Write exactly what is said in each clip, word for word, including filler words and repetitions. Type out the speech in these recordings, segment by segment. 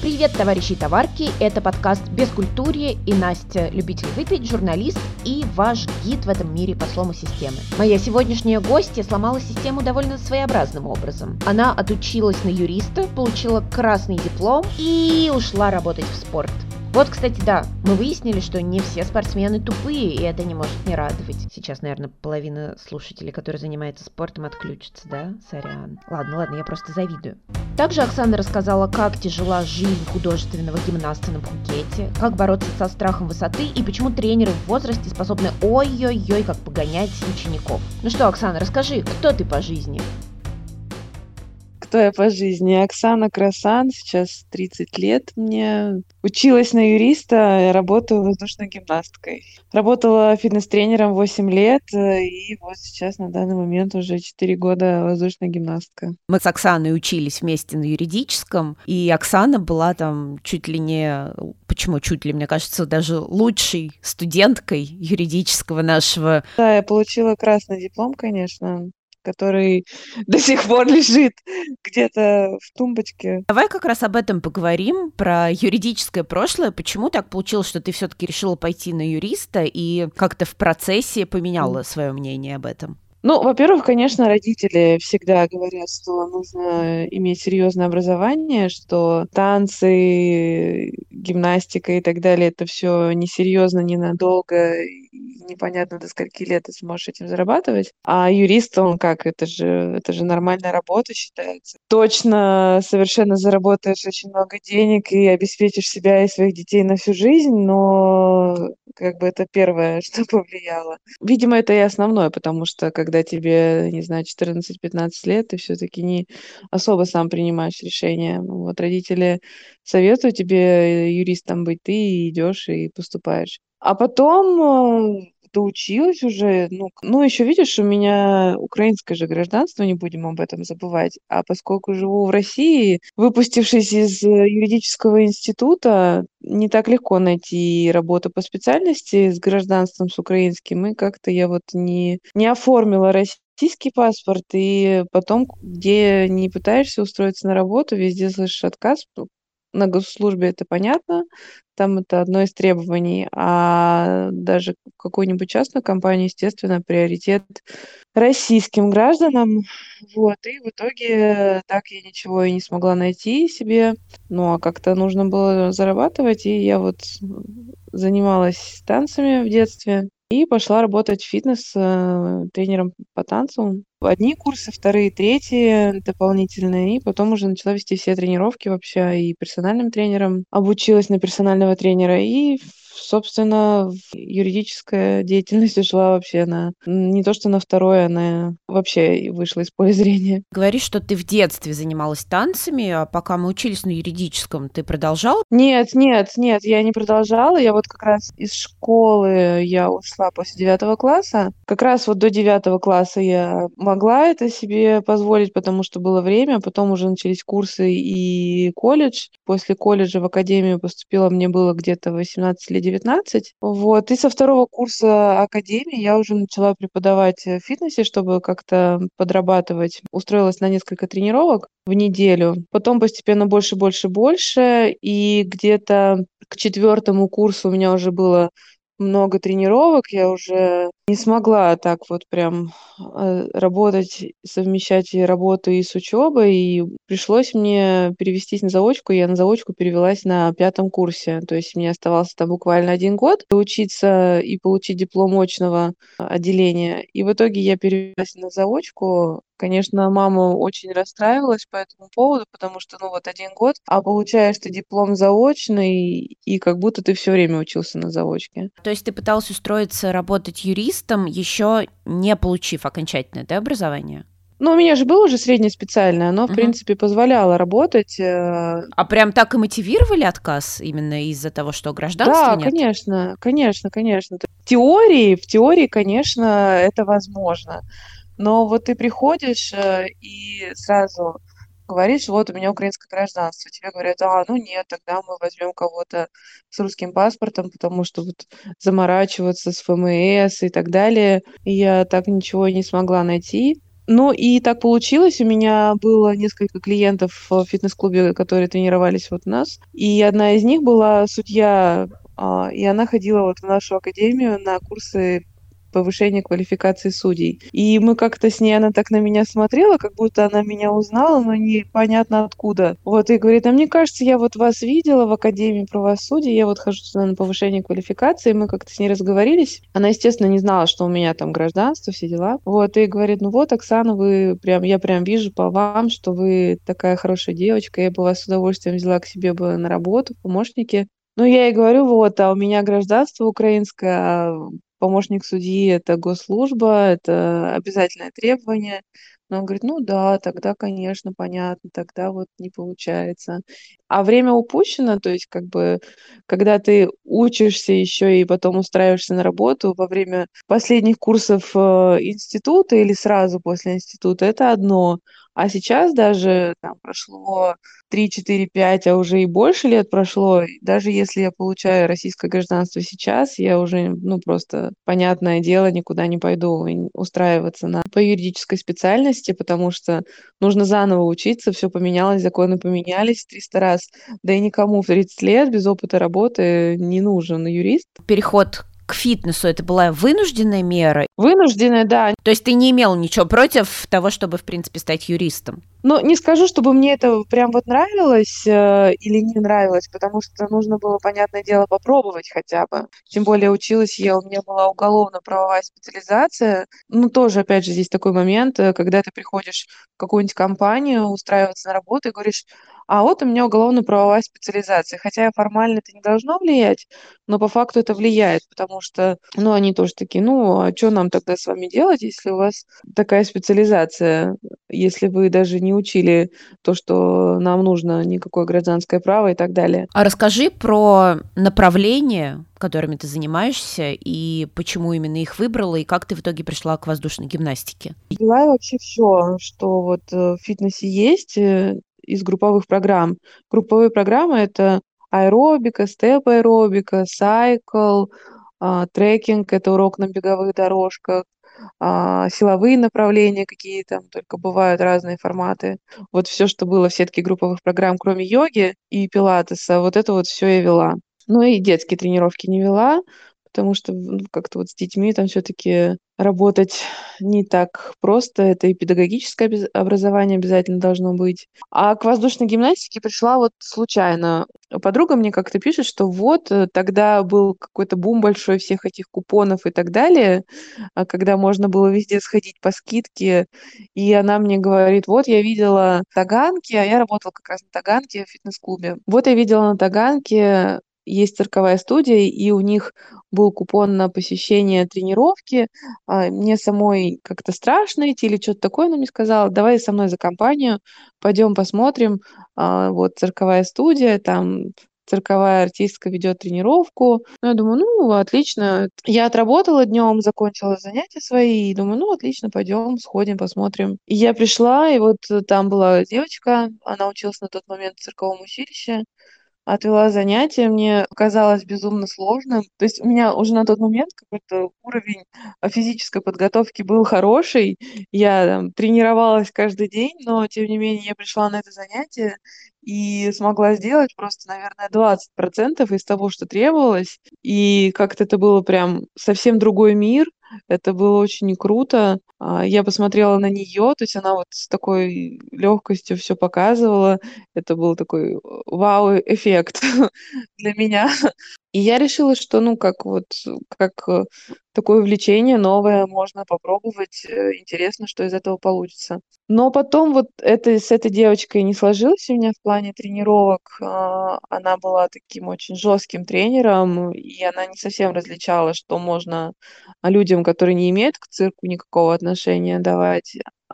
Привет, товарищи и товарки! Это подкаст «Бескультурье» и Настя, любитель выпить, журналист и ваш гид в этом мире по слому системы. Моя сегодняшняя гостья сломала систему довольно своеобразным образом. Она отучилась на юриста, получила красный диплом и ушла работать в спорт. Вот, кстати, да, мы выяснили, что не все спортсмены тупые, и это не может не радовать. Сейчас, наверное, половина слушателей, которые занимаются спортом, отключится, да? Сорян. Ладно, ладно, я просто завидую. Также Оксана рассказала, как тяжела жизнь художественного гимнаста на Пхукете, как бороться со страхом высоты и почему тренеры в возрасте способны ой-ой-ой как погонять учеников. Ну что, Оксана, расскажи, кто ты по жизни? Кто я по жизни? Оксана Красан, сейчас тридцать лет мне. Училась на юриста, работаю воздушной гимнасткой. Работала фитнес-тренером восемь лет, и вот сейчас на данный момент уже четыре года воздушная гимнастка. Мы с Оксаной учились вместе на юридическом, и Оксана была там чуть ли не... Почему чуть ли, мне кажется, даже лучшей студенткой юридического нашего. Да, я получила красный диплом, конечно, который до сих пор лежит где-то в тумбочке. Давай как раз об этом поговорим, про юридическое прошлое. Почему так получилось, что ты все-таки решила пойти на юриста и как-то в процессе поменяла свое мнение об этом? Ну, во-первых, конечно, родители всегда говорят, что нужно иметь серьезное образование, что танцы, гимнастика и так далее — это все несерьезно, ненадолго, и непонятно, до скольки лет ты сможешь этим зарабатывать. А юрист, он как, это же, это же нормальная работа считается. Точно, совершенно заработаешь очень много денег и обеспечишь себя и своих детей на всю жизнь, но как бы это первое, что повлияло. Видимо, это и основное, потому что когда тебе, не знаю, четырнадцать-пятнадцать лет, ты все-таки не особо сам принимаешь решения. Вот родители советуют тебе юристом быть, ты идешь и поступаешь. А потом э, доучилась уже, ну, ну, еще видишь, у меня украинское же гражданство, не будем об этом забывать. А поскольку живу в России, выпустившись из э, юридического института, не так легко найти работу по специальности с гражданством, с украинским, и как-то я вот не, не оформила российский паспорт, и потом, где не пытаешься устроиться на работу, везде слышишь отказ. Ну, на госслужбе это понятно, там это одно из требований, а даже в какой-нибудь частной компании, естественно, приоритет российским гражданам. Вот, и в итоге так я ничего и не смогла найти себе. Ну, а как-то нужно было зарабатывать, и я вот занималась танцами в детстве и пошла работать в фитнес э, тренером по танцам. Одни курсы, вторые, третьи дополнительные, и потом уже начала вести все тренировки вообще, и персональным тренером обучилась на персонального тренера, и, собственно, в юридическая деятельность ушла вообще на не то что на второе, она вообще вышла из поля зрения. Говоришь, что ты в детстве занималась танцами, а пока мы учились на юридическом, ты продолжала? Нет, нет, нет, я не продолжала. Я вот как раз из школы я ушла после девятого класса. Как раз вот до девятого класса я могла это себе позволить, потому что было время. Потом уже начались курсы и колледж. После колледжа в академию поступила, мне было где-то восемнадцать или девятнадцать. Вот. И со второго курса академии я уже начала преподавать в фитнесе, чтобы как-то подрабатывать. Устроилась на несколько тренировок в неделю. Потом постепенно больше, больше, больше. И где-то к четвертому курсу у меня уже было много тренировок. Я уже не смогла так вот прям э, работать, совмещать и работу и с учебой. И пришлось мне перевестись на заочку. Я на заочку перевелась на пятом курсе. То есть мне оставался там буквально один год учиться и получить диплом очного отделения. И в итоге я перевелась на заочку. Конечно, мама очень расстраивалась по этому поводу, потому что, ну, вот один год, а получаешь ты диплом заочный, и как будто ты все время учился на заочке. То есть ты пыталась устроиться работать юристом, еще не получив окончательное, да, образование? Ну, у меня же было уже среднее специальное, оно, в Мгм. принципе, позволяло работать. э, А прям так и мотивировали отказ именно из-за того, что гражданства Да, нет? конечно, конечно, конечно. То- В теории, в теории, конечно, это возможно. Но вот ты приходишь э, и сразу говоришь, вот у меня украинское гражданство. Тебе говорят, а, ну нет, тогда мы возьмем кого-то с русским паспортом, потому что вот заморачиваться с ФМС и так далее. И я так ничего и не смогла найти. Ну и так получилось. У меня было несколько клиентов в фитнес-клубе, которые тренировались вот у нас. И одна из них была судья, а, и она ходила вот в нашу академию на курсы повышения квалификации судей. И мы как-то с ней, она так на меня смотрела, как будто она меня узнала, но непонятно откуда. Вот, и говорит: а мне кажется, я вот вас видела в Академии правосудия, я вот хожу сюда на повышение квалификации. Мы как-то с ней разговорились. Она, естественно, не знала, что у меня там гражданство, все дела. Вот, и говорит: ну вот, Оксана, вы прям, я прям вижу по вам, что вы такая хорошая девочка, я бы вас с удовольствием взяла к себе бы на работу, в помощники. Ну, я ей говорю: вот, а у меня гражданство украинское, а помощник судьи — это госслужба, это обязательное требование. Но он говорит: ну да, тогда, конечно, понятно, тогда вот не получается. А время упущено, то есть как бы когда ты учишься еще и потом устраиваешься на работу во время последних курсов э, института или сразу после института, это одно. А сейчас даже там прошло три, четыре, пять, а уже и больше лет прошло. И даже если я получаю российское гражданство сейчас, я уже, ну, просто, понятное дело, никуда не пойду и устраиваться на по юридической специальности, потому что нужно заново учиться, все поменялось, законы поменялись триста раз. Да и никому в тридцать лет без опыта работы не нужен юрист. Переход к фитнесу — это была вынужденная мера? Вынужденная, да. То есть ты не имел ничего против того, чтобы, в принципе, стать юристом? Но не скажу, чтобы мне это прям вот нравилось э, или не нравилось, потому что нужно было, понятное дело, попробовать хотя бы. Тем более училась я, у меня была уголовно-правовая специализация. Ну, тоже, опять же, здесь такой момент, э, когда ты приходишь в какую-нибудь компанию устраиваться на работу и говоришь: а вот у меня уголовно-правовая специализация. Хотя формально это не должно влиять, но по факту это влияет, потому что, ну, они тоже такие: ну, а что нам тогда с вами делать, если у вас такая специализация? Если вы даже не учили то, что нам нужно, никакое гражданское право и так далее. А расскажи про направления, которыми ты занимаешься, и почему именно их выбрала, и как ты в итоге пришла к воздушной гимнастике. Взяла я вообще все, что вот э, в фитнесе есть э, из групповых программ. Групповые программы — это аэробика, степ-аэробика, сайкл, а, трекинг — это урок на беговых дорожках, а, силовые направления какие там только бывают, разные форматы. Вот все, что было в сетке групповых программ, кроме йоги и пилатеса, вот это вот все я вела. Ну и детские тренировки не вела, потому что ну, как-то вот с детьми там все таки работать не так просто. Это и педагогическое обяз образование обязательно должно быть. А к воздушной гимнастике пришла вот случайно. Подруга мне как-то пишет, что вот, э, тогда был какой-то бум большой всех этих купонов и так далее, а, когда можно было везде сходить по скидке. И она мне говорит: вот я видела Таганке, а я работала как раз на Таганке в фитнес-клубе. Вот я видела на Таганке есть цирковая студия, и у них был купон на посещение тренировки. А, мне самой как-то страшно идти или что-то такое, она мне сказала: давай со мной за компанию, пойдем посмотрим. А, вот цирковая студия, там цирковая артистка ведет тренировку. Ну, я думаю: ну, отлично. Я отработала днем, закончила занятия свои, и думаю: ну, отлично, пойдем, сходим, посмотрим. И я пришла, и вот э, там была девочка, она училась на тот момент в цирковом училище, отвела занятия, мне казалось безумно сложным. То есть у меня уже на тот момент какой-то уровень а, физической подготовки был хороший. Я там тренировалась каждый день, но тем не менее я пришла на это занятие и смогла сделать просто, наверное, двадцать процентов из того, что требовалось. И как-то это было прям совсем другой мир. Это было очень круто. А, Я посмотрела на нее, то есть она вот с такой легкостью все показывала. Это был такой э, вау-эффект для меня. И я решила, что, ну, как вот, как э, такое увлечение новое можно попробовать. э, Интересно, что из этого получится. Но потом вот это с этой девочкой не сложилось у меня в плане тренировок. А, Она была таким очень жестким тренером, и она не совсем различала, что можно а, людям, которые не имеют к цирку никакого отношения, давать,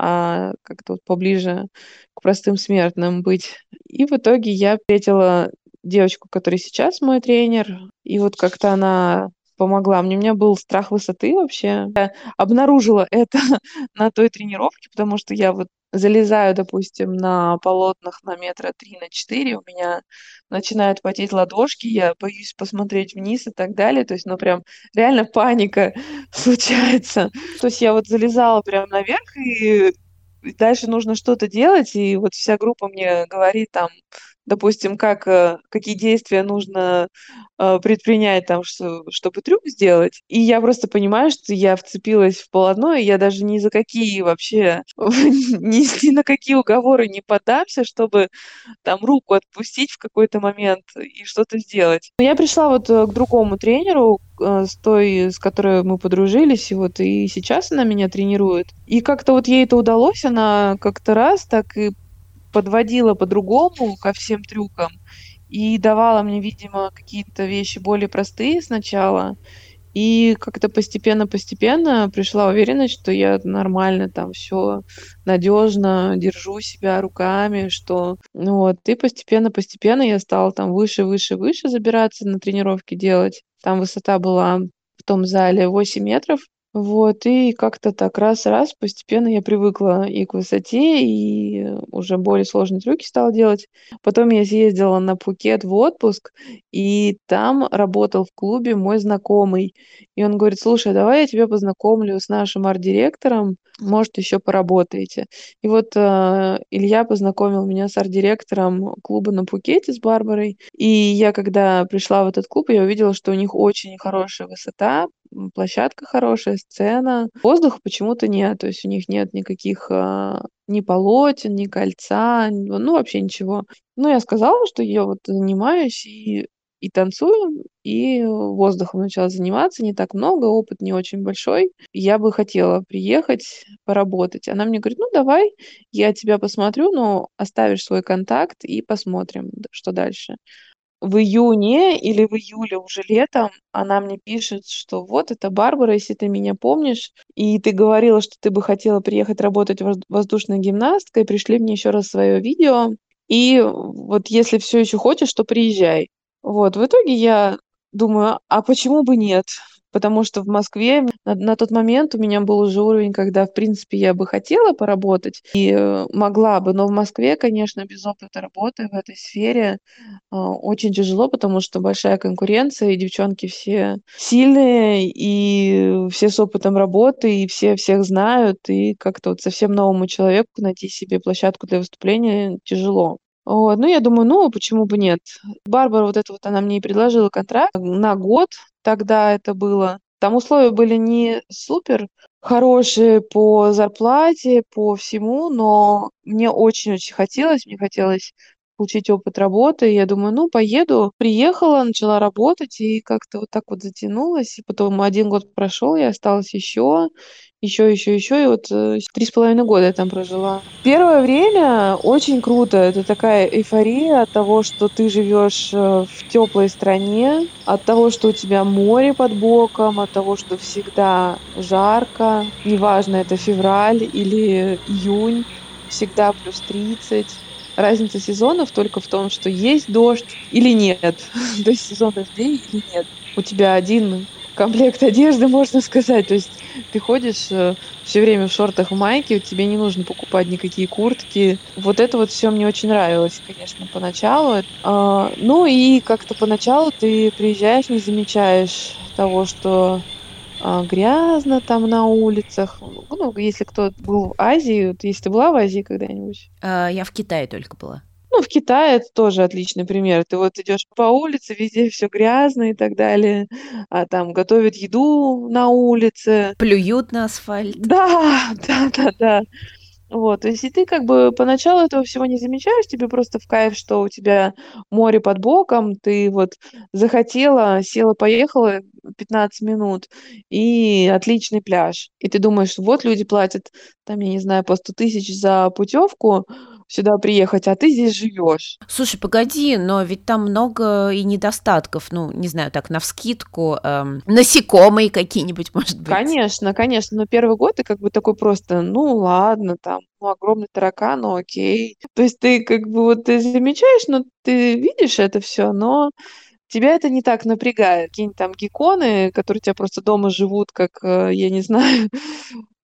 а как-то вот поближе к простым смертным быть. И в итоге я встретила девочку, которая сейчас мой тренер, и вот как-то она помогла мне. У меня был страх высоты вообще. Я обнаружила это на той тренировке, потому что я вот залезаю, допустим, на полотнах на метра три на четыре, у меня начинают потеть ладошки, я боюсь посмотреть вниз и так далее. То есть, ну, прям реально паника случается. То есть я вот залезала прям наверх и дальше нужно что-то делать, и вот вся группа мне говорит там, допустим, как, э, какие действия нужно, э, предпринять там, что чтобы трюк сделать. И я просто понимаю, что я вцепилась в полотно, и я даже ни за какие вообще, ни ни на какие уговоры не поддамся, чтобы там руку отпустить в какой-то момент и что-то сделать. Но я пришла вот, э, к другому тренеру, э, с той, с которой мы подружились, и вот и сейчас она меня тренирует. И как-то вот ей это удалось. Она как-то раз так и подводила по-другому ко всем трюкам и давала мне, видимо, какие-то вещи более простые сначала. И как-то постепенно-постепенно пришла уверенность, что я нормально там все надежно держу себя руками, что ну вот. И постепенно-постепенно я стала там выше, выше, выше забираться, на тренировки делать. Там высота была в том зале восемь метров. Вот, и как-то так раз-раз постепенно я привыкла и к высоте, и уже более сложные трюки стала делать. Потом я съездила на Пхукет в отпуск, и там работал в клубе мой знакомый. И он говорит: "Слушай, давай я тебя познакомлю с нашим арт-директором, может, еще поработаете". И вот, э, Илья познакомил меня с арт-директором клуба на Пхукете, с Барбарой. И я, когда пришла в этот клуб, я увидела, что у них очень хорошая высота, м, площадка хорошая, сцена. Воздуха почему-то нет, то есть у них нет никаких, а, ни полотен, ни кольца, н ну, вообще ничего. Ну, я сказала, что я вот занимаюсь и и танцую, и воздухом начала заниматься. Не так много, опыт не очень большой. Я бы хотела приехать, поработать. Она мне говорит: "Ну, давай, я тебя посмотрю, но оставишь свой контакт и посмотрим, д что дальше". В июне или в июле, уже летом, она мне пишет, что: "Вот, это Барбара, если ты меня помнишь, и ты говорила, что ты бы хотела приехать работать воз воздушной гимнасткой, пришли мне еще раз свое видео, и вот если все еще хочешь, то приезжай". Вот, в итоге я думаю: а почему бы нет? Потому что в Москве на на тот момент у меня был уже уровень, когда, в принципе, я бы хотела поработать и, э, могла бы, но в Москве, конечно, без опыта работы в этой сфере а, очень тяжело, потому что большая конкуренция, и девчонки все сильные, и все с опытом работы, и все всех знают, и как-то вот совсем новому человеку найти себе площадку для выступления тяжело. Вот, ну, я думаю, ну, почему бы нет? Барбара вот эта вот, она мне и предложила контракт на год, тогда это было. Там условия были не супер хорошие по зарплате, по всему, но мне очень-очень хотелось, мне хотелось получить опыт работы. И я думаю, ну, поеду. Приехала, начала работать, и как-то вот так вот затянулось. И потом один год прошел, и осталось еще, еще, еще, еще. И вот э, три с половиной года я там прожила. Первое время очень круто. Это такая эйфория от того, что ты живешь э, в теплой стране, от того, что у тебя море под боком, от того, что всегда жарко. Неважно, это февраль или июнь, всегда плюс тридцать. Разница сезонов только в том, что есть дождь или нет. То есть сезон дождей или нет. У тебя один комплект одежды, можно сказать. То есть ты ходишь все время в шортах, в майке, тебе не нужно покупать никакие куртки. Вот это вот все мне очень нравилось, конечно, поначалу. А, ну и как-то поначалу ты приезжаешь, не замечаешь того, что а, грязно там на улицах. Ну, если кто был в Азии, вот если ты была в Азии когда-нибудь? А, я в Китае только была. Ну, в Китае это тоже отличный пример. Ты вот идешь по улице, везде все грязно и так далее, а там готовят еду на улице. Плюют на асфальт. Да, да-да-да. Вот, то есть и ты как бы поначалу этого всего не замечаешь, тебе просто в кайф, что у тебя море под боком, ты вот захотела, села, поехала пятнадцать минут, и отличный пляж. И ты думаешь, вот люди платят, там, я не знаю, по сто тысяч за путевку сюда приехать, а ты здесь живешь. Слушай, погоди, но ведь там много и недостатков, ну, не знаю, так, навскидку, эм, насекомые какие-нибудь, может быть. Конечно, конечно, но первый год ты как бы такой просто: "Ну ладно, там, ну, огромный таракан, ну окей". То есть ты как бы вот ты замечаешь, но ты видишь это все, но тебя это не так напрягает. Какие-нибудь там гекконы, которые у тя просто дома живут, как, э, я не знаю,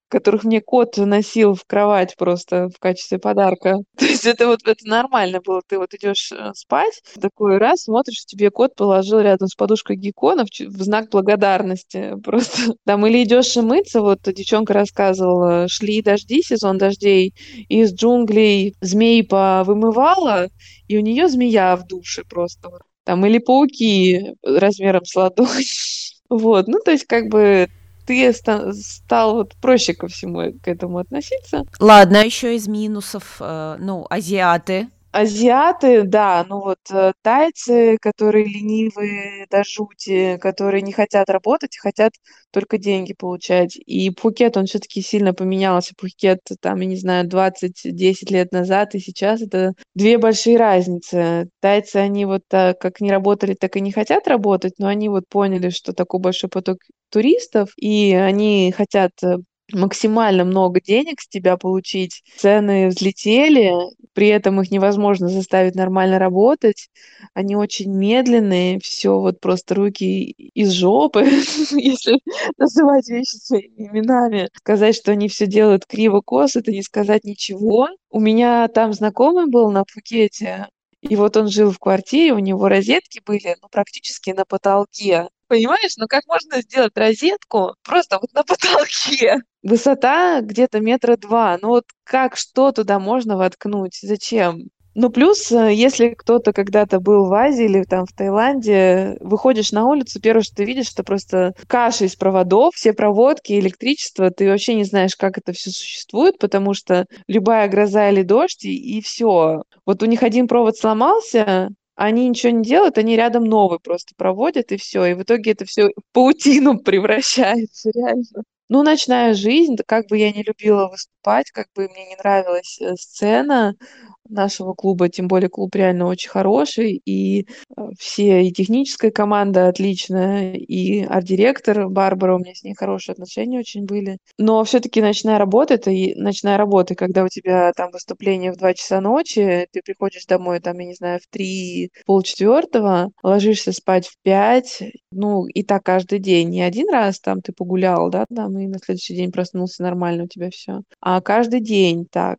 которых мне кот носил в кровать просто в качестве подарка. То есть это вот это нормально было. Ты вот идешь э, спать, такой раз смотришь, тебе кот положил рядом с подушкой геккона в, ч- в знак благодарности. Просто там или идешь мыться, вот девчонка рассказывала, шли дожди, сезон дождей, и из джунглей змей повымывала, и у нее змея в душе просто. Вот. Там или пауки размером с ладонь. Вот, ну, то есть, как бы ты ста- стал вот проще ко всему э- к этому относиться. Ладно, еще из минусов, э, ну, азиаты. Азиаты, да, ну вот э, тайцы, которые ленивые до жути, которые не хотят работать, хотят только деньги получать. И Пхукет, он все-таки сильно поменялся. Пхукет, там, я не знаю, двадцать десять лет назад и сейчас это две большие разницы. Тайцы, они вот так, как не работали, так и не хотят работать, но они вот поняли, что такой большой поток туристов, и они хотят э, максимально много денег с тебя получить. Цены взлетели, при этом их невозможно заставить нормально работать. Они очень медленные, все вот просто руки из жопы, если называть вещи своими именами. Сказать, что они все делают криво-косо, это не сказать ничего. У меня там знакомый был на Пхукете, и вот он жил в квартире, у него розетки были, ну, практически на потолке. Понимаешь, ну как можно сделать розетку просто вот на потолке? Высота где-то метра два. Ну вот как, что туда можно воткнуть? Зачем? Ну, плюс, э, если кто-то когда-то был в Азии или там в Таиланде, выходишь на улицу, первое, что ты видишь, это просто каша из проводов, все проводки, электричество. Ты вообще не знаешь, как это все существует, потому что любая гроза или дождь, и, все. Вот у них один провод сломался, они ничего не делают, они рядом новый просто проводят, и все. И в итоге это все в паутину превращается, реально. Ну, ночная жизнь, да как бы я не любила выступать, как бы мне не нравилась э, сцена нашего клуба, тем более клуб реально очень хороший, и э, все, и техническая команда отличная, и арт-директор Барбара, у меня с ней хорошие отношения очень были. Но все-таки ночная работа, это и ночная работа, когда у тебя там выступление в два часа ночи, ты приходишь домой, там, я не знаю, в три, полчетвертого, ложишься спать в пять, ну, и так каждый день. Не один раз там ты погулял, да, там, и на следующий день проснулся, нормально у тебя все. А каждый день так.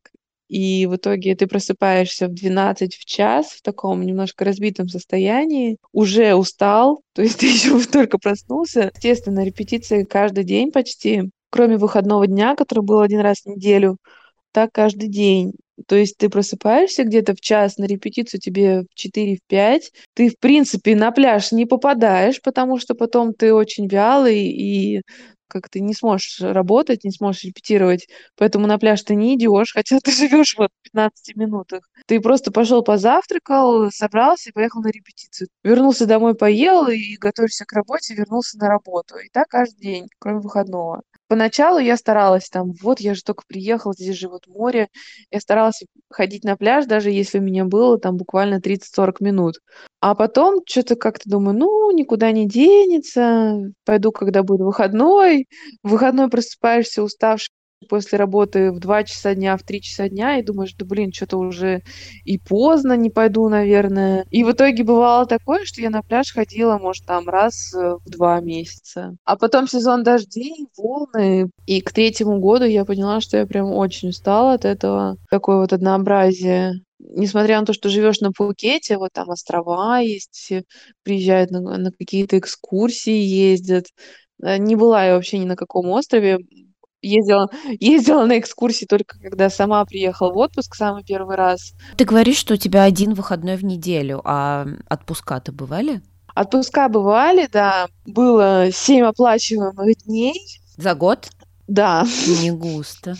И в итоге ты просыпаешься в двенадцать в час в таком немножко разбитом состоянии, уже устал, то есть ты еще только проснулся. Естественно, репетиции каждый день почти, кроме выходного дня, который был один раз в неделю, так каждый день. То есть ты просыпаешься где-то в час на репетицию, тебе в четыре, в пять. Ты, в принципе, на пляж не попадаешь, потому что потом ты очень вялый и как ты не сможешь работать, не сможешь репетировать. Поэтому на пляж ты не идешь, хотя ты живешь вот в пятнадцати минутах. Ты просто пошел позавтракал, собрался и поехал на репетицию. Вернулся домой, поел и готовишься к работе, вернулся на работу. И так каждый день, кроме выходного. Поначалу я старалась там, вот я же только приехала, здесь же вот море. Я старалась ходить на пляж, даже если у меня было там буквально тридцать-сорок минут. А потом что-то как-то думаю, ну, никуда не денется, пойду, когда будет выходной. В выходной просыпаешься уставший после работы в два часа дня, в три часа дня, и думаешь, да блин, что-то уже и поздно, не пойду, наверное. И в итоге бывало такое, что я на пляж ходила, может, там раз э, в два месяца. А потом сезон дождей, волны, и к третьему году я поняла, что я прям очень устала от этого. Такое вот однообразие. Несмотря на то, что живешь на Пхукете, вот там острова есть, все приезжают на, на какие-то экскурсии, ездят. Э, Не была я вообще ни на каком острове. Ездила, ездила на экскурсии только когда сама приехала в отпуск самый первый раз. Ты говоришь, что у тебя один выходной в неделю, а отпуска-то бывали? Отпуска бывали, да. Было семь оплачиваемых дней. За год? Да, Не густо.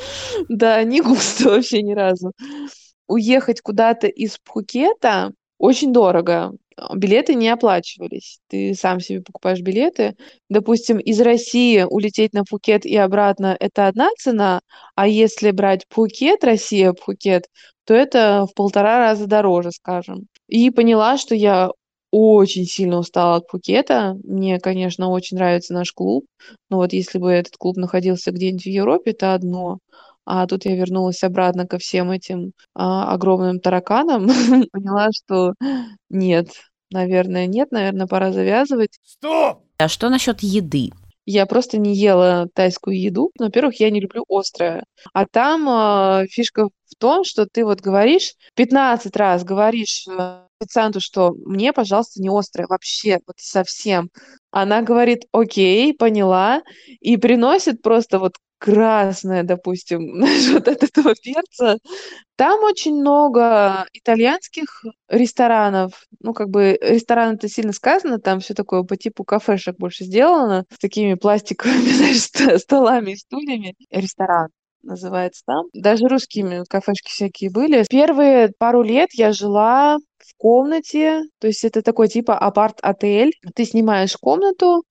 да, не густо вообще ни разу. Уехать куда-то из Пхукета очень дорого. А, Билеты не оплачивались. Ты сам себе покупаешь билеты. Допустим, из России улететь на Пхукет и обратно — это одна цена, а если брать Пхукет, Россия, Пхукет, то это в полтора раза дороже, скажем. И поняла, что я очень сильно устала от Пхукета. Мне, конечно, очень нравится наш клуб, но вот если бы этот клуб находился где-нибудь в Европе, это одно. А тут я вернулась обратно ко всем этим а, огромным тараканам, поняла, что нет, наверное, нет, наверное, пора завязывать. А что насчет еды? я просто не ела тайскую еду. Во-первых, я не люблю острое. А там э, фишка в том, что ты вот говоришь, пятнадцать раз говоришь э, официанту, что мне, пожалуйста, не острое вообще, вот совсем. Она говорит, окей, поняла, и приносит просто вот красное, допустим, знаешь, вот от этого перца. Там очень много итальянских ресторанов. Ну, как бы ресторан это сильно сказано, там все такое по типу кафешек больше сделано, с такими пластиковыми, знаешь, ст- столами и стульями. Ресторан называется там. Даже русскими кафешки всякие были. Первые пару лет я жила в комнате, то есть это такой типа апарт-отель. Ты снимаешь комнату,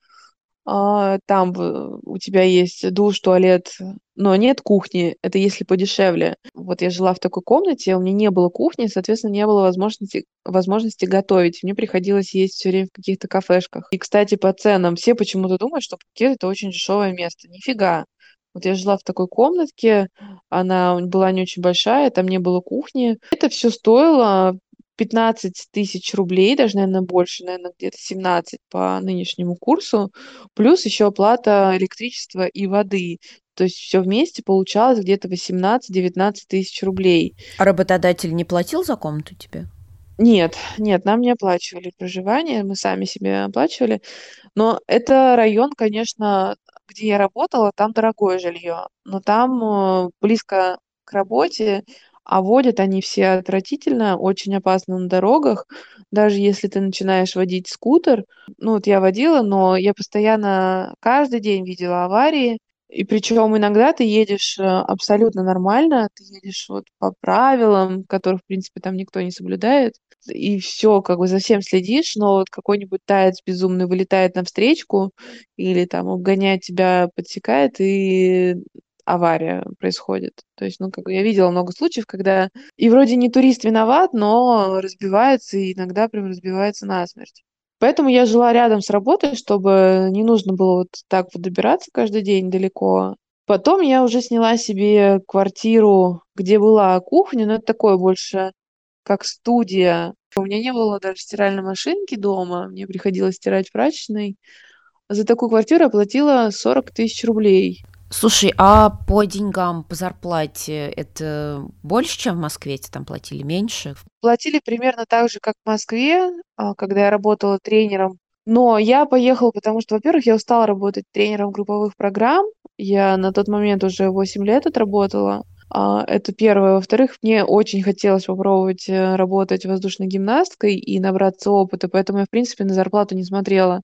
а, там в- у тебя есть душ, туалет, но нет кухни. Это если подешевле. Вот я жила в такой комнате, у меня не было кухни, соответственно, не было возможности, возможности готовить. Мне приходилось есть все время в каких-то кафешках. И, кстати, по ценам. Все почему-то думают, что Пхукет — это очень дешевое место. Нифига. Вот я жила в такой комнатке, она была не очень большая, там не было кухни. Это все стоило пятнадцать тысяч рублей, даже, наверное, больше, наверное, где-то семнадцать по нынешнему курсу, плюс еще оплата электричества и воды. То есть все вместе получалось где-то восемнадцать-девятнадцать тысяч рублей. А работодатель не платил за комнату тебе? Нет, нет, нам не оплачивали проживание, мы сами себе оплачивали. Но это район, конечно, где я работала, там дорогое жилье, но там э, близко к работе, а водят они все отвратительно, очень опасно на дорогах. Даже если ты начинаешь водить скутер, ну вот я водила, но я постоянно каждый день видела аварии. И причем иногда ты едешь э, абсолютно нормально, ты едешь вот по правилам, которых, в принципе, там никто не соблюдает, и все, как бы за всем следишь, но вот какой-нибудь таец безумный вылетает навстречку или там обгоняет тебя, подсекает, и авария происходит. То есть, ну, как бы я видела много случаев, когда и вроде не турист виноват, но разбивается, и иногда прям разбивается насмерть. Поэтому я жила рядом с работой, чтобы не нужно было вот так вот добираться каждый день далеко. Потом я уже сняла себе квартиру, где была кухня, но это такое больше как студия. У меня не было даже стиральной машинки дома, мне приходилось стирать в прачечной. За такую квартиру я платила сорок тысяч рублей. Слушай, а по деньгам, по зарплате это больше, чем в Москве? Тебе там платили меньше? Платили примерно так же, как в Москве, а, когда я работала тренером. Но я поехала, потому что, во-первых, я устала работать тренером групповых программ. Я на тот момент уже восемь лет отработала. А, Это первое. Во-вторых, мне очень хотелось попробовать э, работать воздушной гимнасткой и набраться опыта, поэтому я, в принципе, на зарплату не смотрела.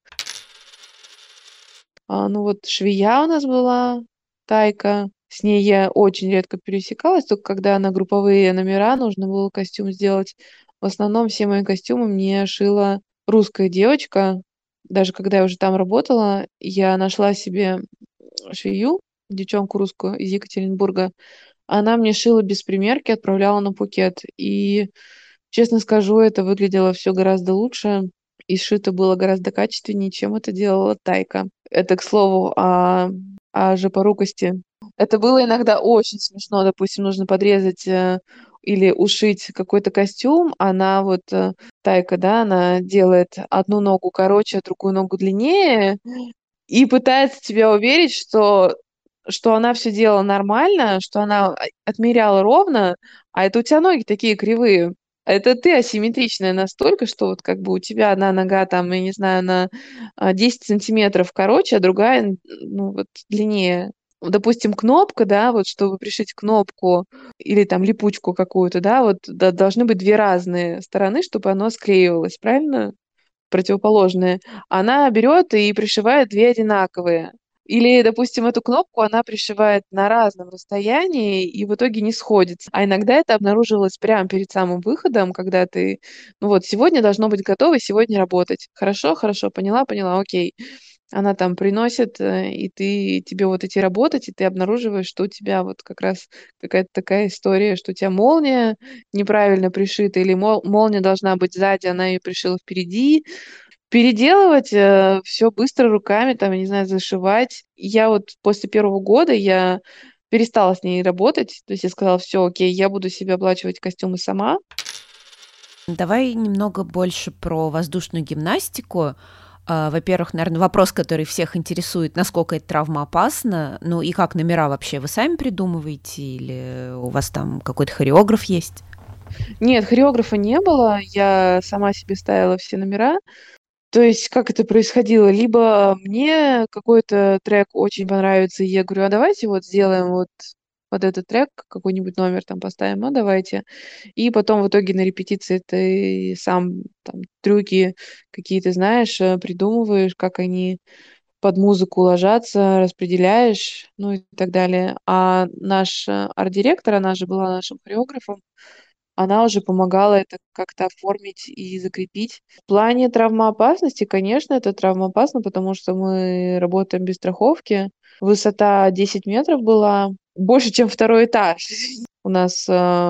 А, ну вот швея у нас была, Тайка. С ней я очень редко пересекалась, только когда на групповые номера нужно было костюм сделать. В основном все мои костюмы мне шила русская девочка. Даже когда я уже там работала, я нашла себе швею, девчонку русскую из Екатеринбурга. Она мне шила без примерки, отправляла на Пукет. И, честно скажу, это выглядело все гораздо лучше и сшито было гораздо качественнее, чем это делала Тайка. Это, к слову, о, о жопорукости. Это было иногда очень смешно. Допустим, нужно подрезать э, или ушить какой-то костюм. Она вот, э, Тайка, да, она делает одну ногу короче, а другую ногу длиннее, и пытается тебя уверить, что что она все делала нормально, что она а, отмеряла ровно, а это у тебя ноги такие кривые. А это ты асимметричная настолько, что вот как бы у тебя одна нога там, я не знаю, на а, десять сантиметров короче, а другая, н- ну, вот длиннее. Допустим, кнопка, да, вот чтобы пришить кнопку или там липучку какую-то, да, вот да, должны быть две разные стороны, чтобы оно склеивалось, правильно? Противоположные, она берет и пришивает две одинаковые. Или, допустим, эту кнопку она пришивает на разном расстоянии и в итоге не сходится. А иногда это обнаруживалось прямо перед самым выходом, когда ты, ну вот, сегодня должно быть готово, сегодня работать. Хорошо, хорошо, поняла, поняла, окей. Она там приносит, э, и ты, тебе вот идти работать, и ты обнаруживаешь, что у тебя вот как раз какая-то такая история, что у тебя молния неправильно пришита, или мол- молния должна быть сзади, она ее пришила впереди. Переделывать все быстро руками, там, я не знаю, зашивать. Я вот после первого года я перестала с ней работать. То есть я сказала, все, окей, я буду себе оплачивать костюмы сама. Давай немного больше про воздушную гимнастику. А, во-первых, наверное, вопрос, который всех интересует, насколько эта травма опасна, ну и как номера вообще? Вы сами придумываете или у вас там какой-то хореограф есть? Нет, хореографа не было, я сама себе ставила все номера. То есть как это происходило? Либо мне какой-то трек очень понравится, и я говорю: "А давайте вот сделаем вот под этот трек какой-нибудь номер там поставим, ну давайте". И потом в итоге на репетиции ты сам там трюки какие-то знаешь, э, придумываешь, как они под музыку ложатся, распределяешь, ну и так далее. А наш э, арт-директор, она же была нашим хореографом, она уже помогала это как-то оформить и закрепить. В плане травмоопасности, конечно, это травмоопасно, потому что мы работаем без страховки. Высота десять метров была, больше, чем второй этаж. У нас, э,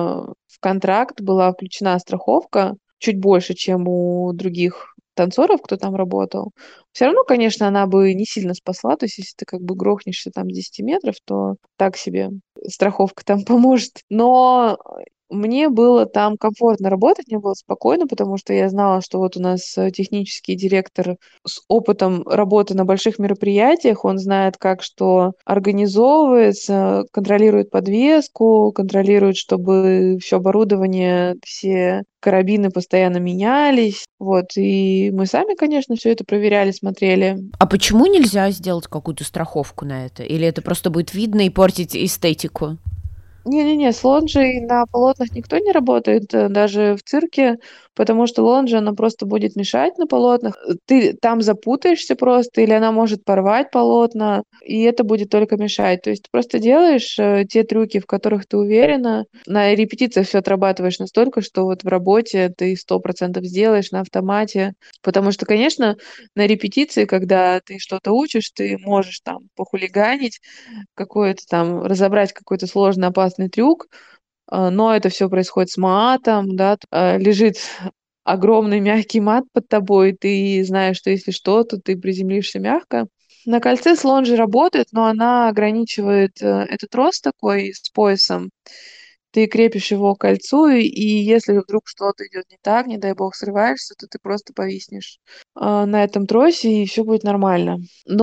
в контракт была включена страховка чуть больше, чем у других танцоров, кто там работал. Все равно, конечно, она бы не сильно спасла. То есть если ты как бы грохнешься там с десяти метров, то так себе страховка там поможет. Но мне было там комфортно работать, мне было спокойно, потому что я знала, что вот у нас э, технический директор с опытом работы на больших мероприятиях, он знает, как что организовывается, контролирует подвеску, контролирует, чтобы все оборудование, все карабины постоянно менялись. Вот, и мы сами, конечно, все это проверяли, смотрели. А почему нельзя сделать какую-то страховку на это? Или это просто будет видно и портить эстетику? Не-не-не, с лонжей на полотнах никто не работает, э, даже в цирке, потому что лонжа, она просто будет мешать на полотнах. Э, ты там запутаешься просто, или она может порвать полотна, и это будет только мешать. То есть ты просто делаешь э, те трюки, в которых ты уверена. На репетициях все отрабатываешь настолько, что вот в работе ты сто процентов сделаешь на автомате. Потому что, конечно, на репетиции, когда ты что-то учишь, ты можешь там похулиганить, какое-то там разобрать какой-то сложный, опасный трюк, а, но это все происходит с матом, да. Т а, лежит огромный мягкий мат под тобой, ты знаешь, что если что, то ты приземлишься мягко. На кольце слон же работает, но она ограничивает, э, это трос такой с поясом. Ты крепишь его к кольцу, и и если вдруг что-то идет не так, не дай бог срываешься, то ты просто повиснешь, а, на этом тросе, и все будет нормально.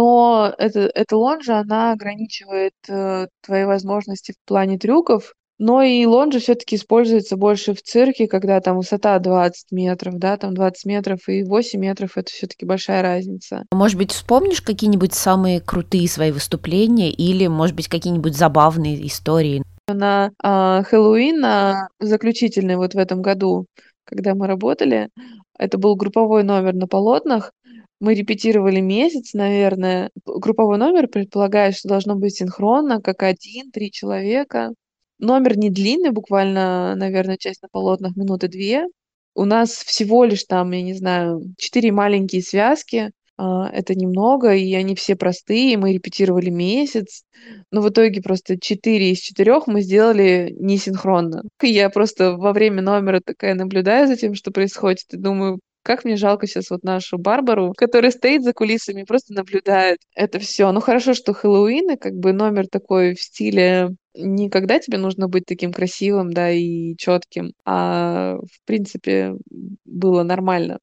Но эта эта лонжа, она ограничивает, э, твои возможности в плане трюков. Но и лонжа все таки используется больше в цирке, когда там высота двадцать метров, да, там двадцать метров и восемь метров — это все таки большая разница. Может быть, вспомнишь какие-нибудь самые крутые свои выступления или, может быть, какие-нибудь забавные истории? На, а, Хэллоуин, на заключительный вот в этом году, когда мы работали, это был групповой номер на полотнах. Мы репетировали месяц, наверное. П групповой номер предполагает, что должно быть синхронно, как один, три человека. Номер не длинный, буквально, наверное, часть на полотнах минуты две. У нас всего лишь там, я не знаю, четыре маленькие связки. А, это немного, и они все простые. Мы репетировали месяц. Но в итоге просто четыре из четырёх мы сделали несинхронно. И я просто во время номера такая наблюдаю за тем, что происходит, и думаю: как мне жалко сейчас вот нашу Барбару, которая стоит за кулисами и просто наблюдает это все. Ну, хорошо, что Хэллоуин, и как бы номер такой в стиле не когда тебе нужно быть таким красивым, да, и четким, а в принципе, было нормально.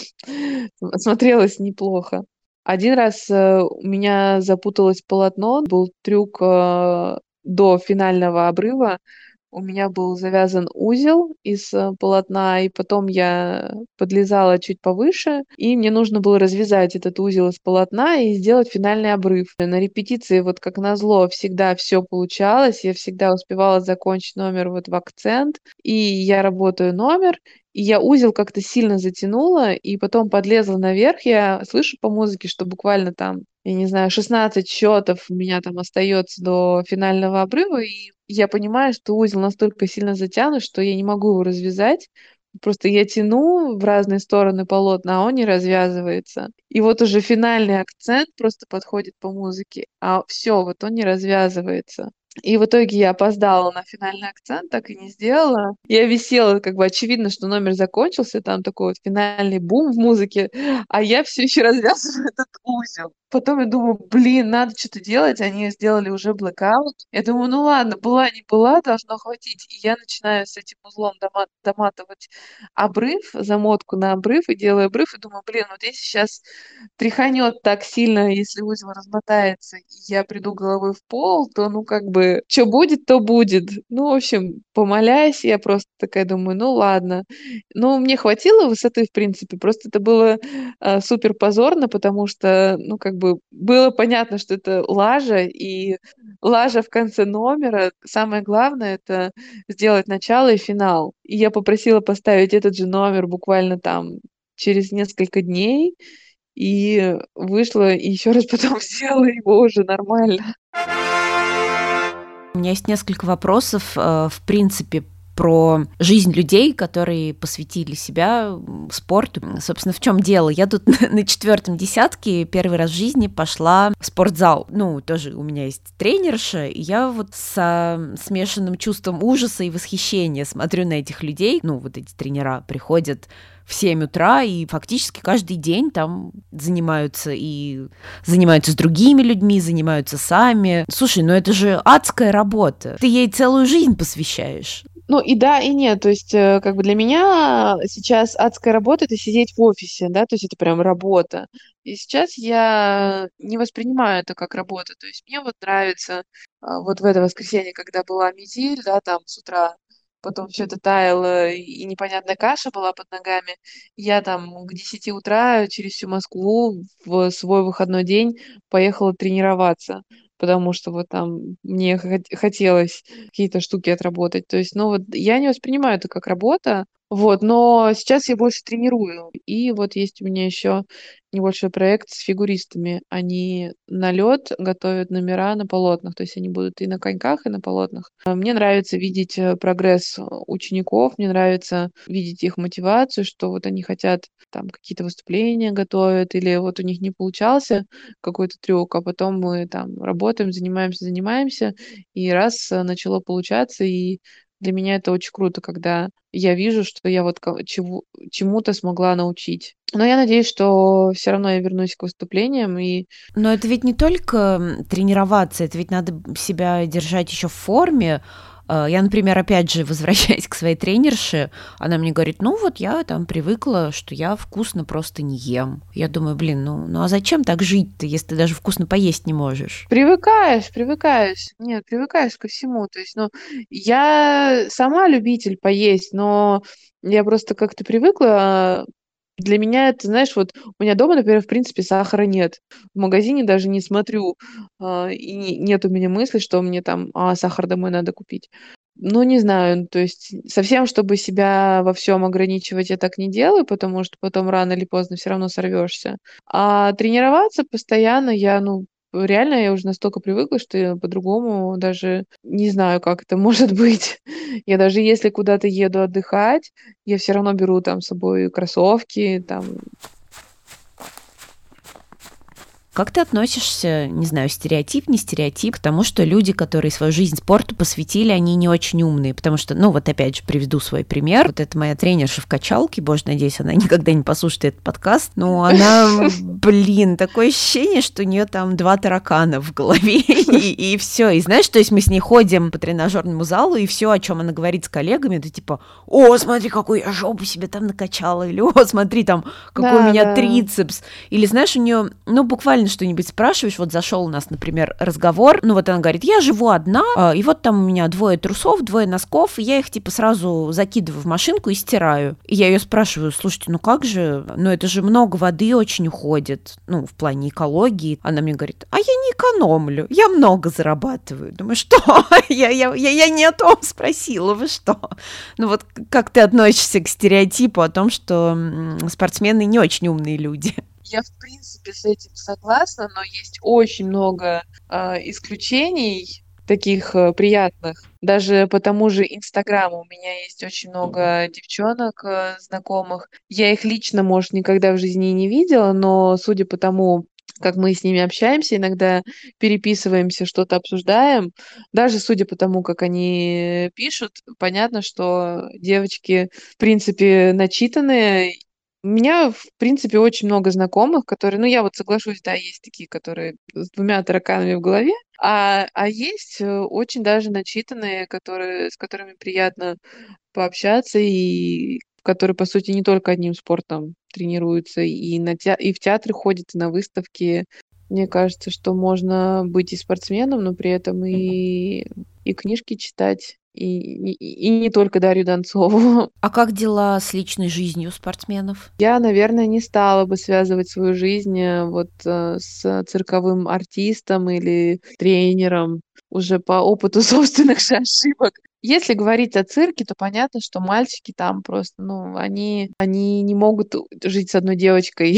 Смотрелось неплохо. Один раз, э, у меня запуталось полотно. Был трюк, э, до финального обрыва. У меня был завязан узел из, э, полотна, и потом я подлезала чуть повыше, и мне нужно было развязать этот узел из полотна и сделать финальный обрыв. На репетиции, вот как назло, всегда все получалось. Я всегда успевала закончить номер вот в акцент, и я работаю номер, и я узел как-то сильно затянула, и потом подлезла наверх. Я слышу по музыке, что буквально там, я не знаю, шестнадцать счетов у меня там остается до финального обрыва, и я понимаю, что узел настолько сильно затянут, что я не могу его развязать. Просто я тяну в разные стороны полотна, а он не развязывается. И вот уже финальный акцент просто подходит по музыке, а все, вот он не развязывается. И в итоге я опоздала на финальный акцент, так и не сделала. Я висела, как бы очевидно, что номер закончился, там такой вот финальный бум в музыке, а я все еще развязываю этот узел. Потом я думаю, блин, надо что-то делать. Они сделали уже блэкаут. Я думаю, ну ладно, была не была, должно хватить. И я начинаю с этим узлом дома- доматывать обрыв, замотку на обрыв, и делаю обрыв, и думаю, блин, вот если сейчас тряханет так сильно, если узел размотается, и я приду головой в пол, то, ну, как бы, что будет, то будет. Ну, в общем, помолясь, я просто такая думаю, ну, ладно. Ну, мне хватило высоты, в принципе, просто это было а, супер позорно, потому что, ну, как бы, было понятно, что это лажа, и лажа в конце номера. Самое главное — это сделать начало и финал. И я попросила поставить этот же номер буквально там через несколько дней, и вышла, и еще раз потом сделала его уже нормально. У меня есть несколько вопросов, э, в принципе, про жизнь людей, которые посвятили себя м, спорту. Собственно, в чем дело? Я тут на четвертом десятке первый раз в жизни пошла в спортзал. Ну, тоже у меня есть тренерша, и я вот со смешанным чувством ужаса и восхищения смотрю на этих людей. Ну, вот эти тренера приходят в семь утра и фактически каждый день там занимаются и занимаются с другими людьми, занимаются сами. Слушай, ну это же адская работа. Ты ей целую жизнь посвящаешь. Ну и да, и нет. То есть, э, как бы для меня сейчас адская работа — это сидеть в офисе, да, то есть это прям работа. И сейчас я не воспринимаю это как работа. То есть мне вот нравится, а, вот в это воскресенье, когда была метель, да, там с утра, потом все это таяло, и непонятная каша была под ногами. Я там к десяти утра через всю Москву в свой выходной день поехала тренироваться, потому что вот там мне хот- хотелось какие-то штуки отработать. То есть, ну вот я не воспринимаю это как работа, вот, но сейчас я больше тренирую. И вот есть у меня еще небольшой проект с фигуристами. Они на лед готовят номера на полотнах, то есть они будут и на коньках, и на полотнах. А Мне нравится видеть э, прогресс э, учеников, мне нравится видеть их мотивацию, что вот они хотят там какие-то выступления готовят, или вот у них не получался какой-то трюк, а потом мы там работаем, занимаемся, занимаемся, и раз э, начало получаться, и для меня это очень круто, когда я вижу, что я вот ко- чему- чему-то смогла научить. Но я надеюсь, что все равно я вернусь к выступлениям, и Но это ведь не только м, тренироваться, это ведь надо себя держать еще в форме. Э, Я, например, опять же, возвращаясь к своей тренерше, она мне говорит, ну вот я там привыкла, что я вкусно просто не ем. Я думаю, блин, ну, ну а зачем так жить-то, если ты даже вкусно поесть не можешь? привыкаешь, привыкаешь. Нет, привыкаешь ко всему. То есть, ну, я сама любитель поесть, но я просто как-то привыкла. Для меня это, знаешь, вот у меня дома, например, в принципе, сахара нет. В магазине даже не смотрю, а, и не- нет у меня мысли, что мне там, а, сахар домой надо купить. Ну, не знаю, ну, то есть совсем, чтобы себя во всем ограничивать, я так не делаю, потому что потом рано или поздно все равно сорвешься. А тренироваться постоянно я, ну, реально я уже настолько привыкла, что я по-другому даже не знаю, как это может быть. Я даже если куда-то еду отдыхать, я все равно беру там с собой кроссовки, там. Как ты относишься, не знаю, стереотип, не стереотип, к тому, что люди, которые свою жизнь спорту посвятили, они не очень умные? Потому что, ну вот опять же, приведу свой пример. Вот это моя тренерша в качалке, боже, надеюсь, она никогда не послушает этот подкаст. Но она, блин, такое ощущение, что у нее там два таракана в голове, и, и все. И знаешь, то есть мы с ней ходим по тренажерному залу, и все, о чем она говорит с коллегами, это типа, о, смотри, какую я жопу себе там накачала, или о, смотри, там, какой у Да, меня да. трицепс. Или, знаешь, у нее, ну, буквально что-нибудь спрашиваешь, вот зашел у нас, например, разговор, ну, вот она говорит, я живу одна, а, и вот там у меня двое трусов, двое носков, и я их, типа, сразу закидываю в машинку и стираю. И я ее спрашиваю, слушайте, ну как же, ну, это же много воды очень уходит, ну, в плане экологии. Она мне говорит, а я не экономлю, я много зарабатываю. Думаю, что? я, я, я, я не о том спросила, вы что? Ну, вот как ты относишься к стереотипу о том, что м, спортсмены не очень умные люди? Я, в принципе, с этим согласна, но есть очень много а, исключений, таких э, приятных. Даже по тому же Инстаграму у меня есть очень много девчонок э, знакомых. Я их лично, может, никогда в жизни и не видела, но судя по тому, как мы с ними общаемся, иногда переписываемся, что-то обсуждаем, даже судя по тому, как они пишут, понятно, что девочки, в принципе, начитанные, У меня, в принципе, очень много знакомых, которые, ну, я вот соглашусь, да, есть такие, которые с двумя тараканами в голове, а, а есть э, очень даже начитанные, которые, с которыми приятно пообщаться и которые, по сути, не только одним спортом тренируются, и, на те... и в театры ходят, и на выставки. Мне кажется, что можно быть и спортсменом, но при этом и, и книжки читать, и, и, и не только Дарью Донцову. А как дела с личной жизнью спортсменов? Я, наверное, не стала бы связывать свою жизнь э, вот э, с цирковым артистом или тренером уже по опыту собственных же ошибок. Если говорить о цирке, то понятно, что мальчики там просто, ну, они, они не могут у- жить с одной девочкой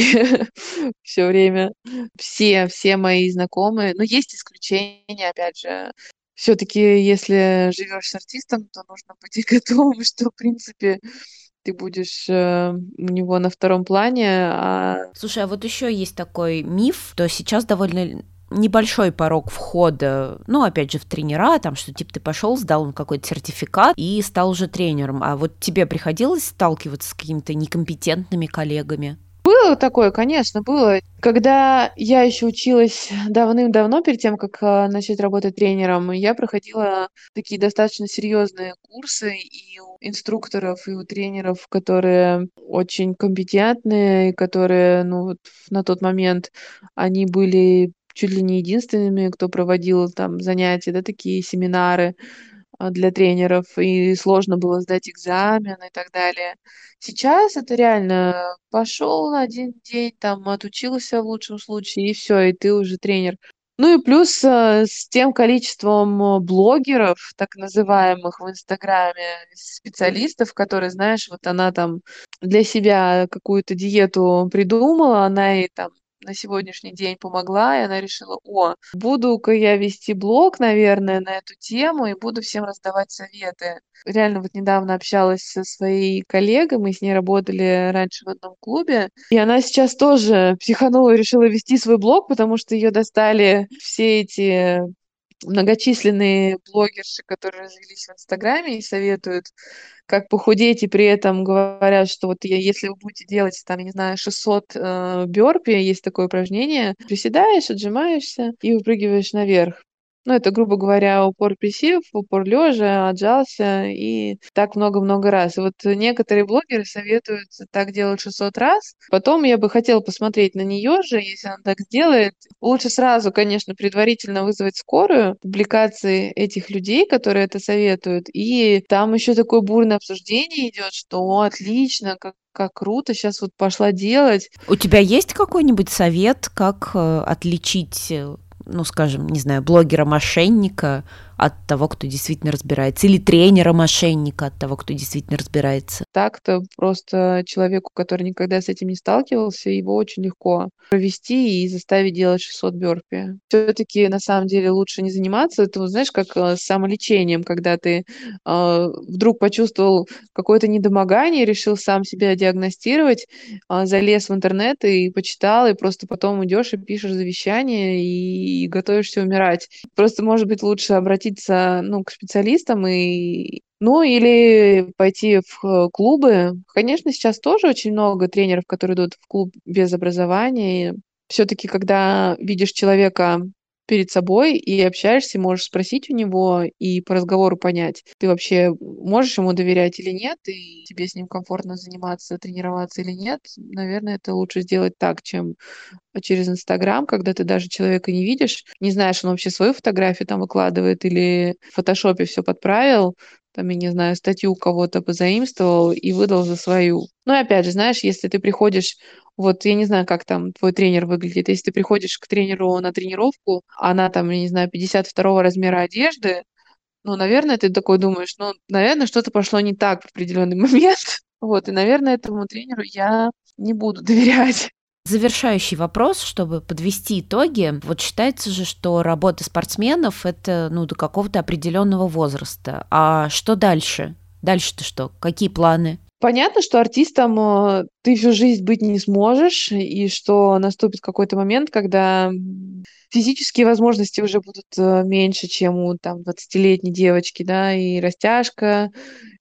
все время. Все, все мои знакомые, но есть исключения, опять же. Все-таки, если живешь с артистом, то нужно быть и готовым, что, в принципе, ты будешь э, у него на втором плане, а Слушай, а вот еще есть такой миф, что сейчас довольно небольшой порог входа, ну, опять же, в тренера, там, что, типа, ты пошел, сдал какой-то сертификат и стал уже тренером. А вот тебе приходилось сталкиваться с какими-то некомпетентными коллегами? было такое, конечно, было. Когда я еще училась давным-давно, перед тем, как а, начать работать тренером, я проходила такие достаточно серьезные курсы и у инструкторов, и у тренеров, которые очень компетентные, и которые, ну, вот на тот момент они были чуть ли не единственными, кто проводил там занятия, да, такие семинары а, для тренеров, и сложно было сдать экзамен и так далее. Сейчас это реально пошел на один день, там отучился в лучшем случае, и все, и ты уже тренер. Ну и плюс э, с тем количеством э, блогеров, так называемых в Инстаграме, специалистов, которые, знаешь, вот она там для себя какую-то диету придумала, она и там на сегодняшний день помогла, и она решила, о, буду-ка я вести блог, наверное, на эту тему и буду всем раздавать советы. Реально вот недавно общалась со своей коллегой, мы с ней работали раньше в одном клубе, и она сейчас тоже психанула и решила вести свой блог, потому что ее достали все эти многочисленные блогерши, которые развелись в Инстаграме и советуют, как похудеть, и при этом говорят, что вот я- если вы будете делать, там, я не знаю, шестьсот э, бёрпи, есть такое упражнение, приседаешь, отжимаешься и выпрыгиваешь наверх. Ну, это, грубо говоря, упор присев, упор лежа, отжался и так много-много раз. И вот некоторые блогеры советуют так делать шестьсот раз. Потом я бы хотела посмотреть на нее же, если она так сделает. Лучше сразу, конечно, предварительно вызвать скорую публикации этих людей, которые это советуют. И там еще такое бурное обсуждение идет, что «О, отлично, как как круто, сейчас вот пошла делать». У тебя есть какой-нибудь совет, как э, отличить, э, ну, скажем, не знаю, блогера-мошенника от того, кто действительно разбирается, или тренера-мошенника от того, кто действительно разбирается? Так-то просто человеку, который никогда с этим не сталкивался, его очень легко провести и заставить делать шестьсот бёрпи. Все-таки на самом деле лучше не заниматься. Это, вот, знаешь, как э, с самолечением, когда ты э, вдруг почувствовал какое-то недомогание, решил сам себя диагностировать, а, залез в интернет и почитал, и просто потом идешь и пишешь завещание и готовишься умирать. Просто, может быть, лучше обратиться, ну, к специалистам и ну, или пойти в э, клубы. Конечно, сейчас тоже очень много тренеров, которые идут в клуб без образования. Все-таки, когда видишь человека перед собой и общаешься, можешь спросить у него и по разговору понять, ты вообще можешь ему доверять или нет, и тебе с ним комфортно заниматься, тренироваться или нет. Наверное, это лучше сделать так, чем через Инстаграм, когда ты даже человека не видишь, не знаешь, он вообще свою фотографию там выкладывает или в фотошопе все подправил, там, я не знаю, статью у кого-то позаимствовал и выдал за свою. Ну и опять же, знаешь, если ты приходишь, вот я не знаю, как там твой тренер выглядит, если ты приходишь к тренеру на тренировку, а она там, я не знаю, пятьдесят второго размера одежды, ну, наверное, ты такой думаешь, ну, наверное, что-то пошло не так в определенный момент. Вот, и, наверное, этому тренеру я не буду доверять. Завершающий вопрос, чтобы подвести итоги. Вот считается же, что работа спортсменов – это, ну, до какого-то определенного возраста. А что дальше? Дальше-то что? Какие планы? Понятно, что артистом, э, ты всю жизнь быть не сможешь, и что наступит какой-то момент, когда, м, физические возможности уже будут, э, меньше, чем у там двадцатилетней девочки, да, и растяжка,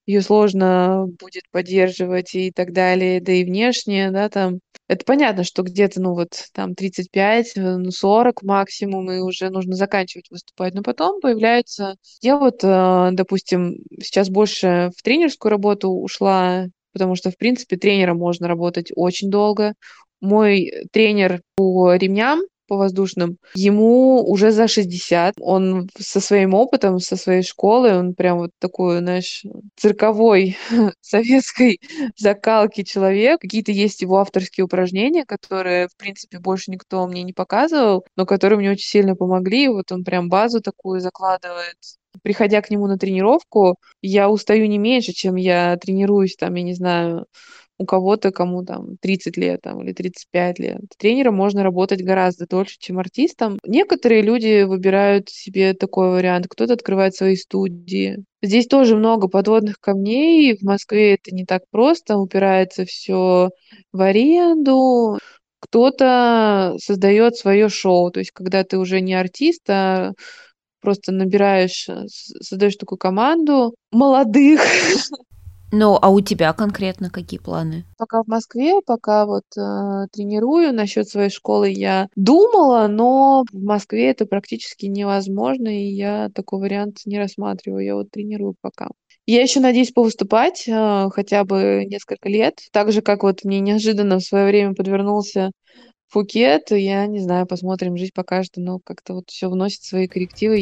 ее сложно будет поддерживать и так далее, да и внешне, да, там. Это понятно, что где-то, ну вот, там тридцать пять, э, ну сорок максимум, и уже нужно заканчивать выступать. Но потом появляются Я вот, э, допустим, сейчас больше в тренерскую работу ушла, потому что, в принципе, тренером можно работать очень долго. Мой тренер по ремням, по воздушным, ему уже за шестьдесят. Он со своим опытом, со своей школой, он прям вот такой, знаешь, цирковой, советской закалки человек. Какие-то есть его авторские упражнения, которые, в принципе, больше никто мне не показывал, но которые мне очень сильно помогли. Вот он прям базу такую закладывает. Приходя к нему на тренировку, я устаю не меньше, чем я тренируюсь, там, я не знаю, у кого-то, кому там тридцать лет там, или тридцать пять лет. Тренером можно работать гораздо дольше, чем артистом. Некоторые люди выбирают себе такой вариант, кто-то открывает свои студии. Здесь тоже много подводных камней. В Москве это не так просто, упирается все в аренду. Кто-то создает свое шоу, то есть когда ты уже не артист, а просто набираешь, э, с создаешь такую команду молодых. Ну, а у тебя конкретно какие планы? Пока в Москве, пока вот, э, тренирую. Насчет своей школы я думала, но в Москве это практически невозможно, и я такой вариант не рассматриваю. Я вот тренирую пока. Я еще надеюсь повыступать, э, хотя бы несколько лет. Так же, как вот мне неожиданно в свое время подвернулся Пхукет. Я не знаю, посмотрим, жизнь покажет. Но как-то вот все вносит свои коррективы.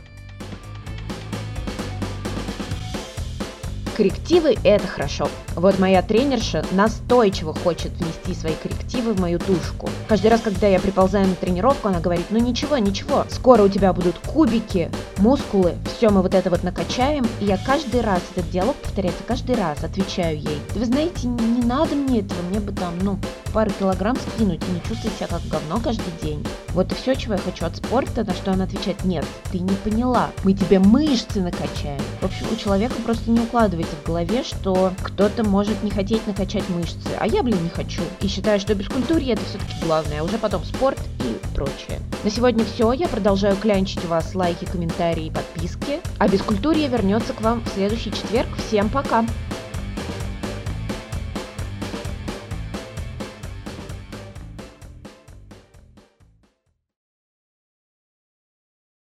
Коррективы– это хорошо. Вот моя тренерша настойчиво хочет внести свои коррективы в мою тушку. Каждый раз, когда я приползаю на тренировку, она говорит: ну ничего, ничего, скоро у тебя будут кубики, мускулы, все мы вот это вот накачаем. И я каждый раз, этот диалог повторяется каждый раз, отвечаю ей: вы знаете, не надо мне этого, мне бы там, ну, пару килограмм скинуть и не чувствовать себя как говно каждый день. Вот и все, чего я хочу от спорта. На что она отвечает: нет, ты не поняла, мы тебе мышцы накачаем. В общем, у человека просто не укладывается в голове, что кто-то может не хотеть накачать мышцы, а я, блин, не хочу. И считаю, что бескультурье это все-таки главное, а уже потом спорт и прочее. На сегодня все. Я продолжаю клянчить у вас лайки, комментарии и подписки. А бескультурье вернется к вам в следующий четверг. Всем пока!